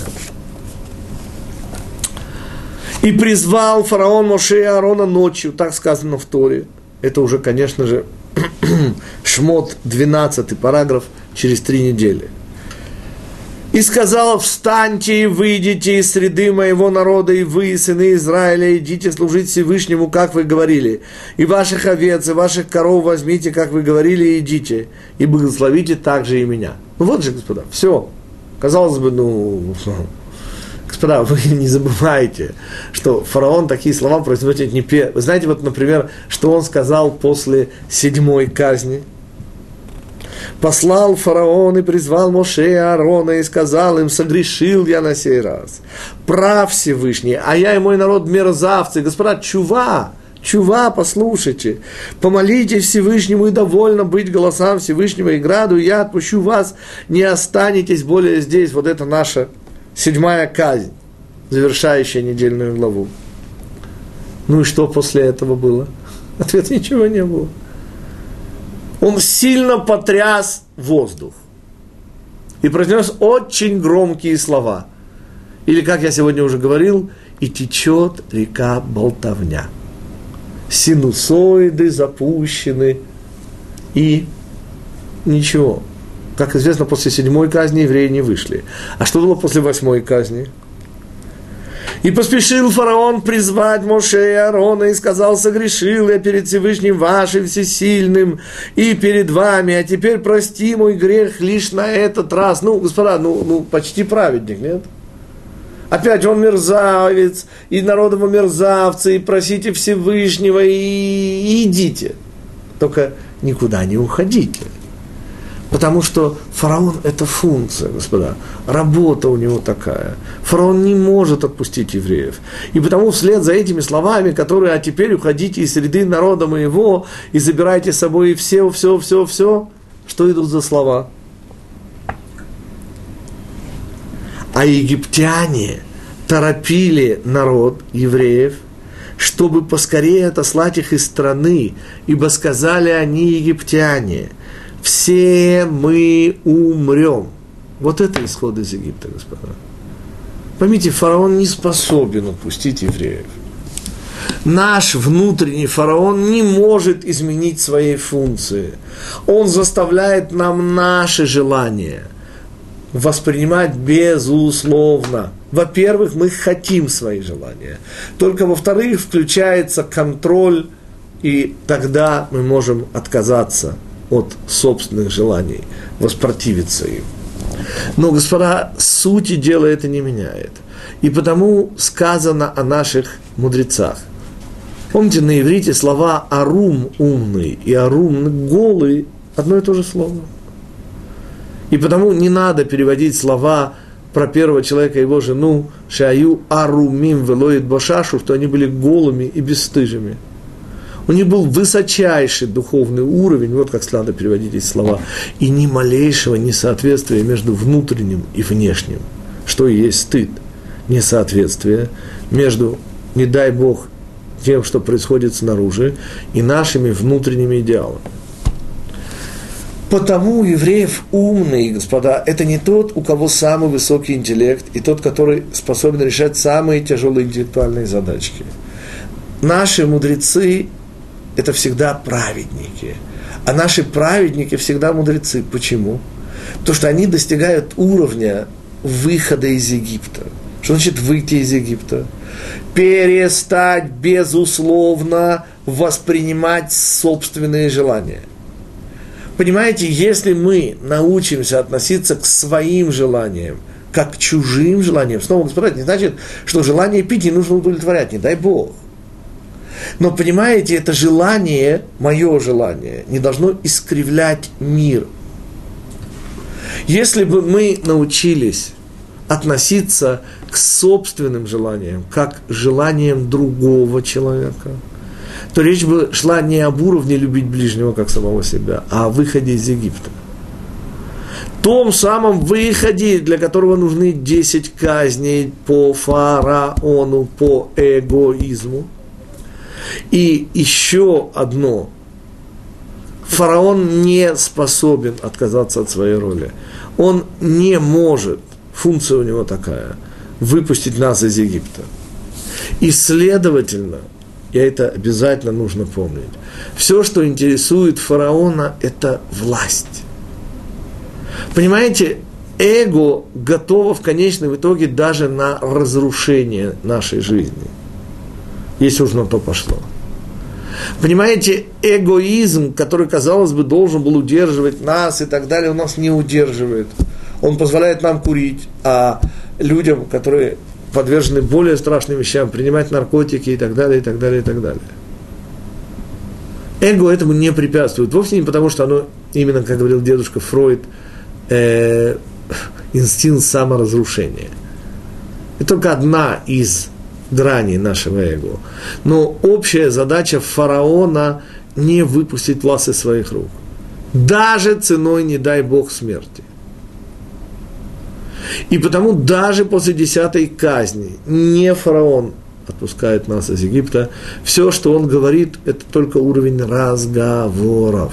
«И призвал фараон Моше и Аарона ночью», так сказано в Торе. Это уже, конечно же, Шмот, двенадцатый параграф, через три недели. «И сказал, встаньте и выйдите из среды моего народа, и вы, сыны Израиля, идите служить Всевышнему, как вы говорили. И ваших овец, и ваших коров возьмите, как вы говорили, и идите, и благословите также и меня». Ну вот же, господа, все. Казалось бы, ну, господа, вы не забывайте, что фараон такие слова произносит не первый. Вы знаете, вот, например, что он сказал после седьмой казни? «Послал фараон и призвал Моше и Аарона и сказал им, согрешил я на сей раз. Прав Всевышний, а я и мой народ мерзавцы». Господа, чува, чува, послушайте. «Помолитесь Всевышнему, и довольно быть голосам Всевышнего и граду, и я отпущу вас, не останетесь более здесь». Вот это наша седьмая казнь, завершающая недельную главу. Ну и что после этого было? Ответ: ничего не было. Он сильно потряс воздух и произнес очень громкие слова. Или, как я сегодня уже говорил, и течет река болтовня. Синусоиды запущены, и ничего. Как известно, после седьмой казни евреи не вышли. А что было после восьмой казни? «И поспешил фараон призвать Моше и Аарона, и сказал: согрешил я перед Всевышним вашим всесильным и перед вами, а теперь прости мой грех лишь на этот раз». Ну, господа, ну, ну почти праведник, нет? Опять он мерзавец, и народ его мерзавцы, и просите Всевышнего, и, и идите. Только никуда не уходите. Потому что фараон – это функция, господа, работа у него такая. Фараон не может отпустить евреев. И потому вслед за этими словами, которые «а теперь уходите из среды народа моего и забирайте с собой все, все, все, все», что идут за слова? А египтяне торопили народ евреев, чтобы поскорее отослать их из страны, ибо сказали они, египтяне: все мы умрем. Вот это исход из Египта, господа. Поймите, фараон не способен отпустить евреев. Наш внутренний фараон не может изменить своей функции. Он заставляет нам наши желания воспринимать безусловно. Во-первых, мы хотим свои желания. Только во-вторых, включается контроль, и тогда мы можем отказаться от собственных желаний, воспротивиться им. Но, господа, сути дела это не меняет. И потому сказано о наших мудрецах. Помните, на иврите слова «арум» – умный и «арум» – голый – одно и то же слово. И потому не надо переводить слова про первого человека и его жену «шаю арумим велоид башашу», что они были голыми и бесстыжими. У них был высочайший духовный уровень, вот как надо переводить эти слова, и ни малейшего несоответствия между внутренним и внешним, что и есть стыд, несоответствие между, не дай Бог, тем, что происходит снаружи, и нашими внутренними идеалами. Потому евреев умный, господа, это не тот, у кого самый высокий интеллект, и тот, который способен решать самые тяжелые интеллектуальные задачки. Наши мудрецы – это всегда праведники. А наши праведники всегда мудрецы. Почему? Потому что они достигают уровня выхода из Египта. Что значит выйти из Египта? Перестать безусловно воспринимать собственные желания. Понимаете, если мы научимся относиться к своим желаниям, как к чужим желаниям, снова, господа, это не значит, что желание пить не нужно удовлетворять, не дай Бог. Но, понимаете, это желание, мое желание, не должно искривлять мир. Если бы мы научились относиться к собственным желаниям, как к желаниям другого человека, то речь бы шла не об уровне любить ближнего, как самого себя, а о выходе из Египта. Том самом выходе, для которого нужны десять казней по фараону, по эгоизму. И еще одно. Фараон не способен отказаться от своей роли. Он не может, функция у него такая, выпустить нас из Египта. И, следовательно, и это обязательно нужно помнить, все, что интересует фараона, это власть. Понимаете, эго готово в конечном итоге даже на разрушение нашей жизни, если уж на то пошло. Понимаете, эгоизм, который, казалось бы, должен был удерживать нас и так далее, он нас не удерживает. Он позволяет нам курить, а людям, которые подвержены более страшным вещам, принимать наркотики и так далее, и так далее, и так далее. Эго этому не препятствует. Вовсе не потому, что оно, именно, как говорил дедушка Фройд, э, инстинкт саморазрушения. Это только одна из граней нашего эго. Но общая задача фараона не выпустить власть из своих рук. Даже ценой, не дай Бог, смерти. И потому даже после десятой казни не фараон отпускает нас из Египта. Все, что он говорит, это только уровень разговоров.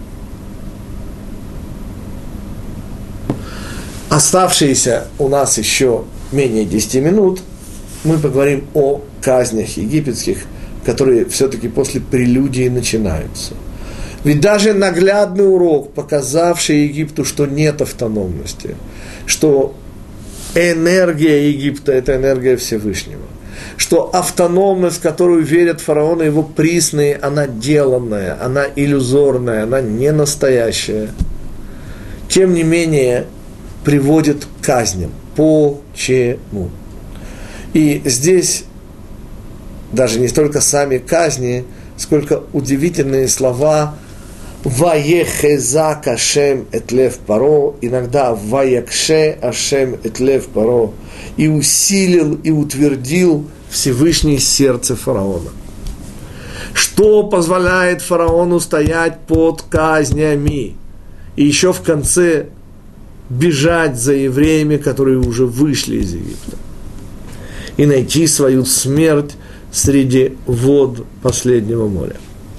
Оставшиеся у нас еще менее десяти минут мы поговорим о казнях египетских, которые все-таки после прелюдии начинаются. Ведь даже наглядный урок, показавший Египту, что нет автономности, что энергия Египта – это энергия Всевышнего, что автономность, в которую верят фараон и его присные, она деланная, она иллюзорная, она не настоящая, тем не менее приводит к казням. Почему? И здесь даже не столько сами казни, сколько удивительные слова «Ваехезак Ашем этлев паро», иногда «Ваякше Ашем этлев паро», и усилил, и утвердил Всевышний сердце фараона. Что позволяет фараону стоять под казнями? И еще в конце бежать за евреями, которые уже вышли из Египта. И найти свою смерть среди вод последнего моря.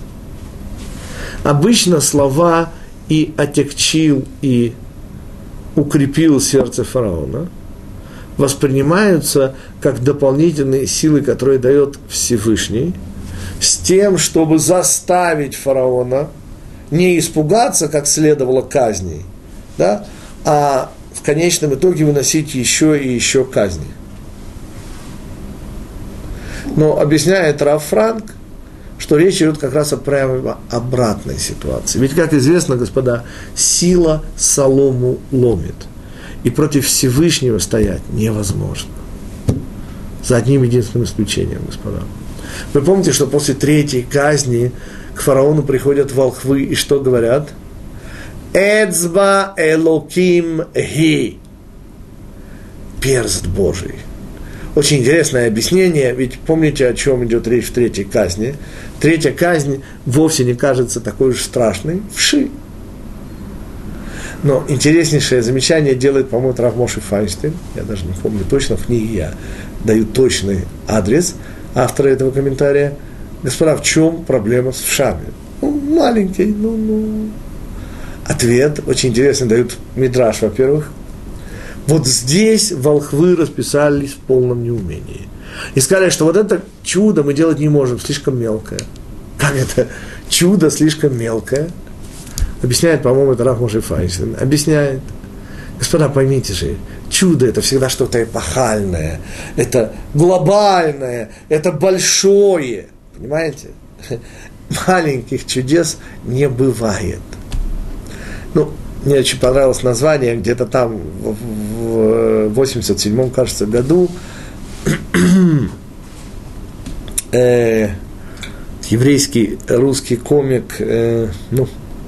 Обычно слова «и отягчил», и «укрепил сердце фараона» воспринимаются как дополнительные силы, которые дает Всевышний, с тем, чтобы заставить фараона не испугаться, как следовало казней, да, а в конечном итоге выносить еще и еще казни. Но объясняет Рав Франк, что речь идет как раз о прямо обратной ситуации. Ведь, как известно, господа, сила солому ломит. И против Всевышнего стоять невозможно. За одним единственным исключением, господа. Вы помните, что после третьей казни к фараону приходят волхвы и что говорят? «Эцба элоким ги» – перст Божий. Очень интересное объяснение, ведь помните, о чем идет речь в третьей казни? Третья казнь вовсе не кажется такой уж страшной, вши. Но интереснейшее замечание делает, по-моему, Рав Моше Файнштейн, я даже не помню точно, в книге я даю точный адрес автора этого комментария. Господа, в чем проблема с вшами? Ну, маленький, ну, ну. Ответ очень интересный дают Мидраш, во-первых. Вот здесь волхвы расписались в полном неумении. И сказали, что вот это чудо мы делать не можем, слишком мелкое. Как это? Чудо слишком мелкое? Объясняет, по-моему, это Рав Моше Файнштейн. Объясняет. Господа, поймите же, чудо – это всегда что-то эпохальное, это глобальное, это большое. Понимаете? Маленьких чудес не бывает. Ну, мне очень понравилось название, где-то там в восемьдесят седьмом, кажется, году э, еврейский русский комик, э, ну,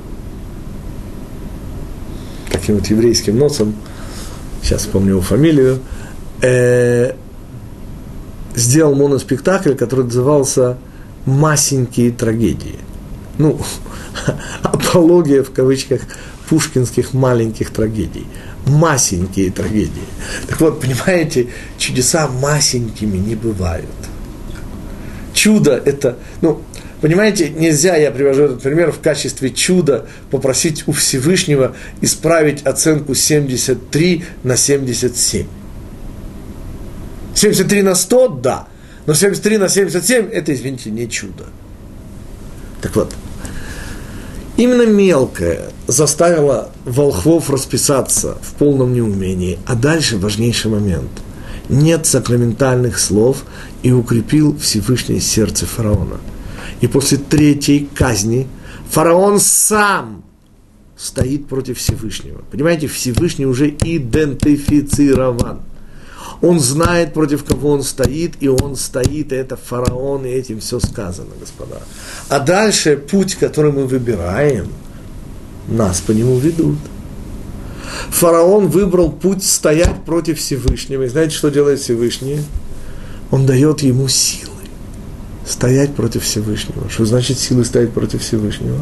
таким вот еврейским носом, сейчас вспомню его фамилию, э, сделал моноспектакль, который назывался «Масенькие трагедии». Ну, апология в кавычках пушкинских маленьких трагедий. Масенькие трагедии. Так вот, понимаете, чудеса масенькими не бывают. Чудо это, ну, понимаете, нельзя, я привожу этот пример, в качестве чуда попросить у Всевышнего исправить оценку семьдесят три на семьдесят семь. семьдесят три на сто, да, но семьдесят три на семьдесят семь, это, извините, не чудо. Так вот, именно мелкое заставило волхвов расписаться в полном неумении. А дальше важнейший момент. Нет сакраментальных слов, и укрепил Всевышнее сердце фараона. И после третьей казни фараон сам стоит против Всевышнего. Понимаете, Всевышний уже идентифицирован. Он знает, против кого он стоит, и он стоит, и это фараон, и этим все сказано, господа. А дальше путь, который мы выбираем, нас по нему ведут. Фараон выбрал путь стоять против Всевышнего. И знаете, что делает Всевышний? Он дает ему силы стоять против Всевышнего. Что значит силы стоять против Всевышнего?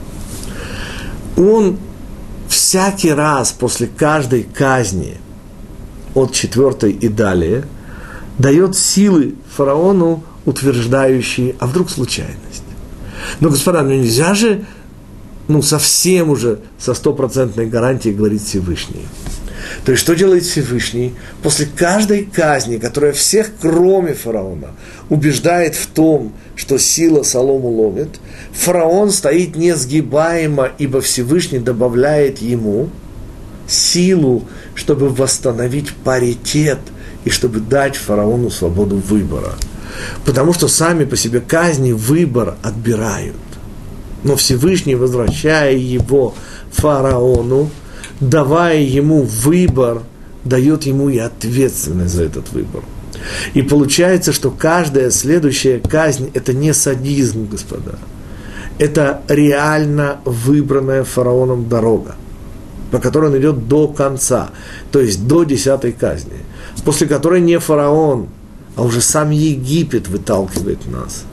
Он всякий раз после каждой казни, от четвертой и далее, дает силы фараону, утверждающие, а вдруг случайность. Но, господа, ну нельзя же, ну совсем уже со стопроцентной гарантией говорить Всевышний. То есть, что делает Всевышний? После каждой казни, которая всех, кроме фараона, убеждает в том, что сила солому ломит, фараон стоит несгибаемо, ибо Всевышний добавляет ему силу, чтобы восстановить паритет и чтобы дать фараону свободу выбора. Потому что сами по себе казни выбор отбирают. Но Всевышний, возвращая его фараону, давая ему выбор, дает ему и ответственность за этот выбор. И получается, что каждая следующая казнь – это не садизм, господа. Это реально выбранная фараоном дорога, по которой он идет до конца, то есть до десятой казни, после которой не фараон, а уже сам Египет выталкивает нас.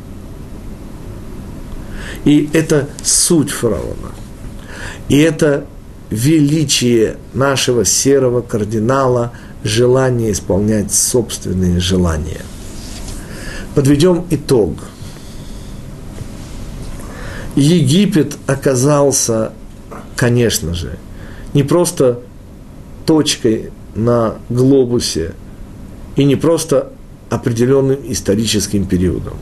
И это суть фараона. И это величие нашего серого кардинала, желание исполнять собственные желания. Подведем итог. Египет оказался, конечно же, не просто точкой на глобусе и не просто определенным историческим периодом.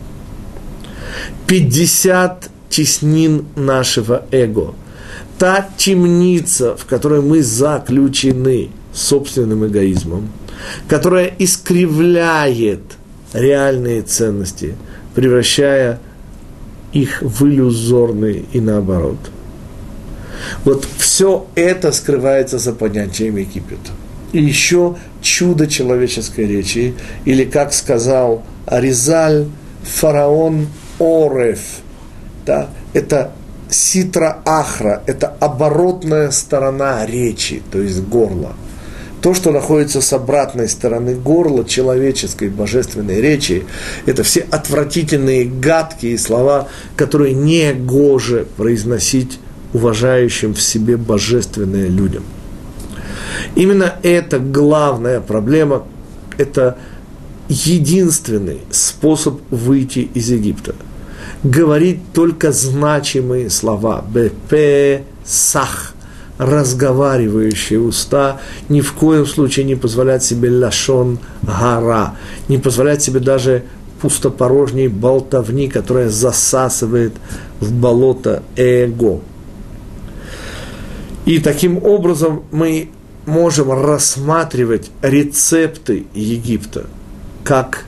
пятьдесят теснин нашего эго. Та темница, в которой мы заключены собственным эгоизмом, которая искривляет реальные ценности, превращая их в иллюзорные и наоборот. Вот все это скрывается за понятием Египета. И еще чудо человеческой речи, или, как сказал Аризаль, фараон Ореф, да, это ситра ахра, это оборотная сторона речи, то есть горла. То, что находится с обратной стороны горла человеческой божественной речи, это все отвратительные, гадкие слова, которые не гоже произносить уважающим в себе божественное людям. Именно это главная проблема, это единственный способ выйти из Египта. Говорить только значимые слова. Бепесах. Разговаривающие уста, ни в коем случае не позволять себе лашон гара, не позволять себе даже пустопорожней болтовни, которая засасывает в болото эго. И таким образом мы можем рассматривать рецепты Египта как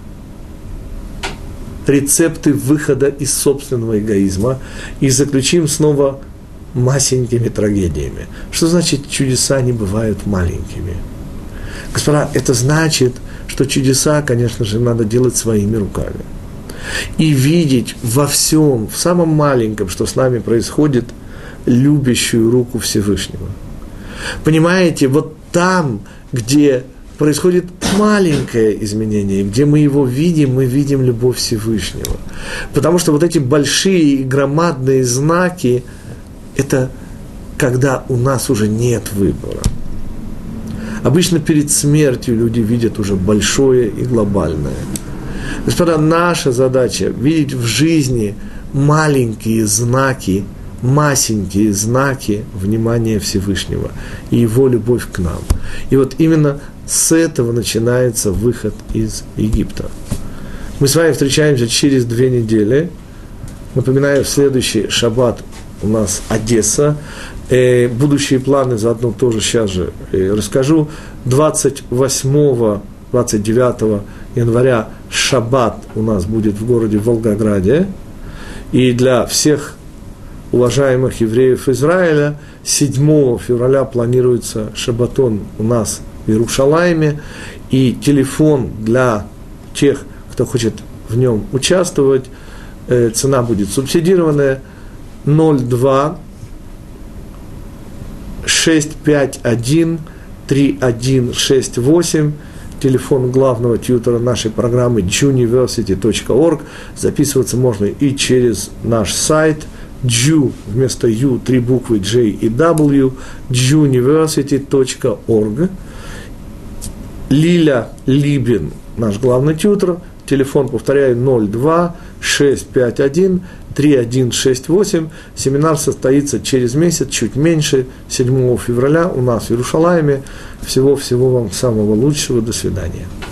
рецепты выхода из собственного эгоизма и заключим снова масенькими трагедиями. Что значит чудеса не бывают маленькими? Господа, это значит, что чудеса, конечно же, надо делать своими руками. И видеть во всем, в самом маленьком, что с нами происходит, любящую руку Всевышнего. Понимаете, вот там, где происходит маленькое изменение, где мы его видим, мы видим любовь Всевышнего. Потому что вот эти большие и громадные знаки, это когда у нас уже нет выбора. Обычно перед смертью люди видят уже большое и глобальное. Господа, наша задача – видеть в жизни маленькие знаки, масенькие знаки внимания Всевышнего и Его любовь к нам. И вот именно с этого начинается выход из Египта. Мы с вами встречаемся через две недели. Напоминаю, в следующий шаббат у нас Одесса. Э, будущие планы заодно тоже сейчас же э, расскажу. двадцать восьмого - двадцать девятого января шаббат у нас будет в городе Волгограде. И для всех уважаемых евреев Израиля седьмого февраля планируется шаббатон у нас в Иерушалайме. И телефон для тех, кто хочет в нем участвовать, э, цена будет субсидированная. ноль два шесть пять один три один шесть восемь, телефон главного тьютера нашей программы джуниверсити точка орг. Записываться можно и через наш сайт Ju вместо U три буквы J и W, джуниверсити точка орг. Лиля Либин, наш главный тьютер. Телефон, повторяю, ноль два шесть пять один три один шесть восемь. Семинар состоится через месяц, чуть меньше, седьмого февраля у нас в Иерушалайме. Всего-всего вам самого лучшего. До свидания.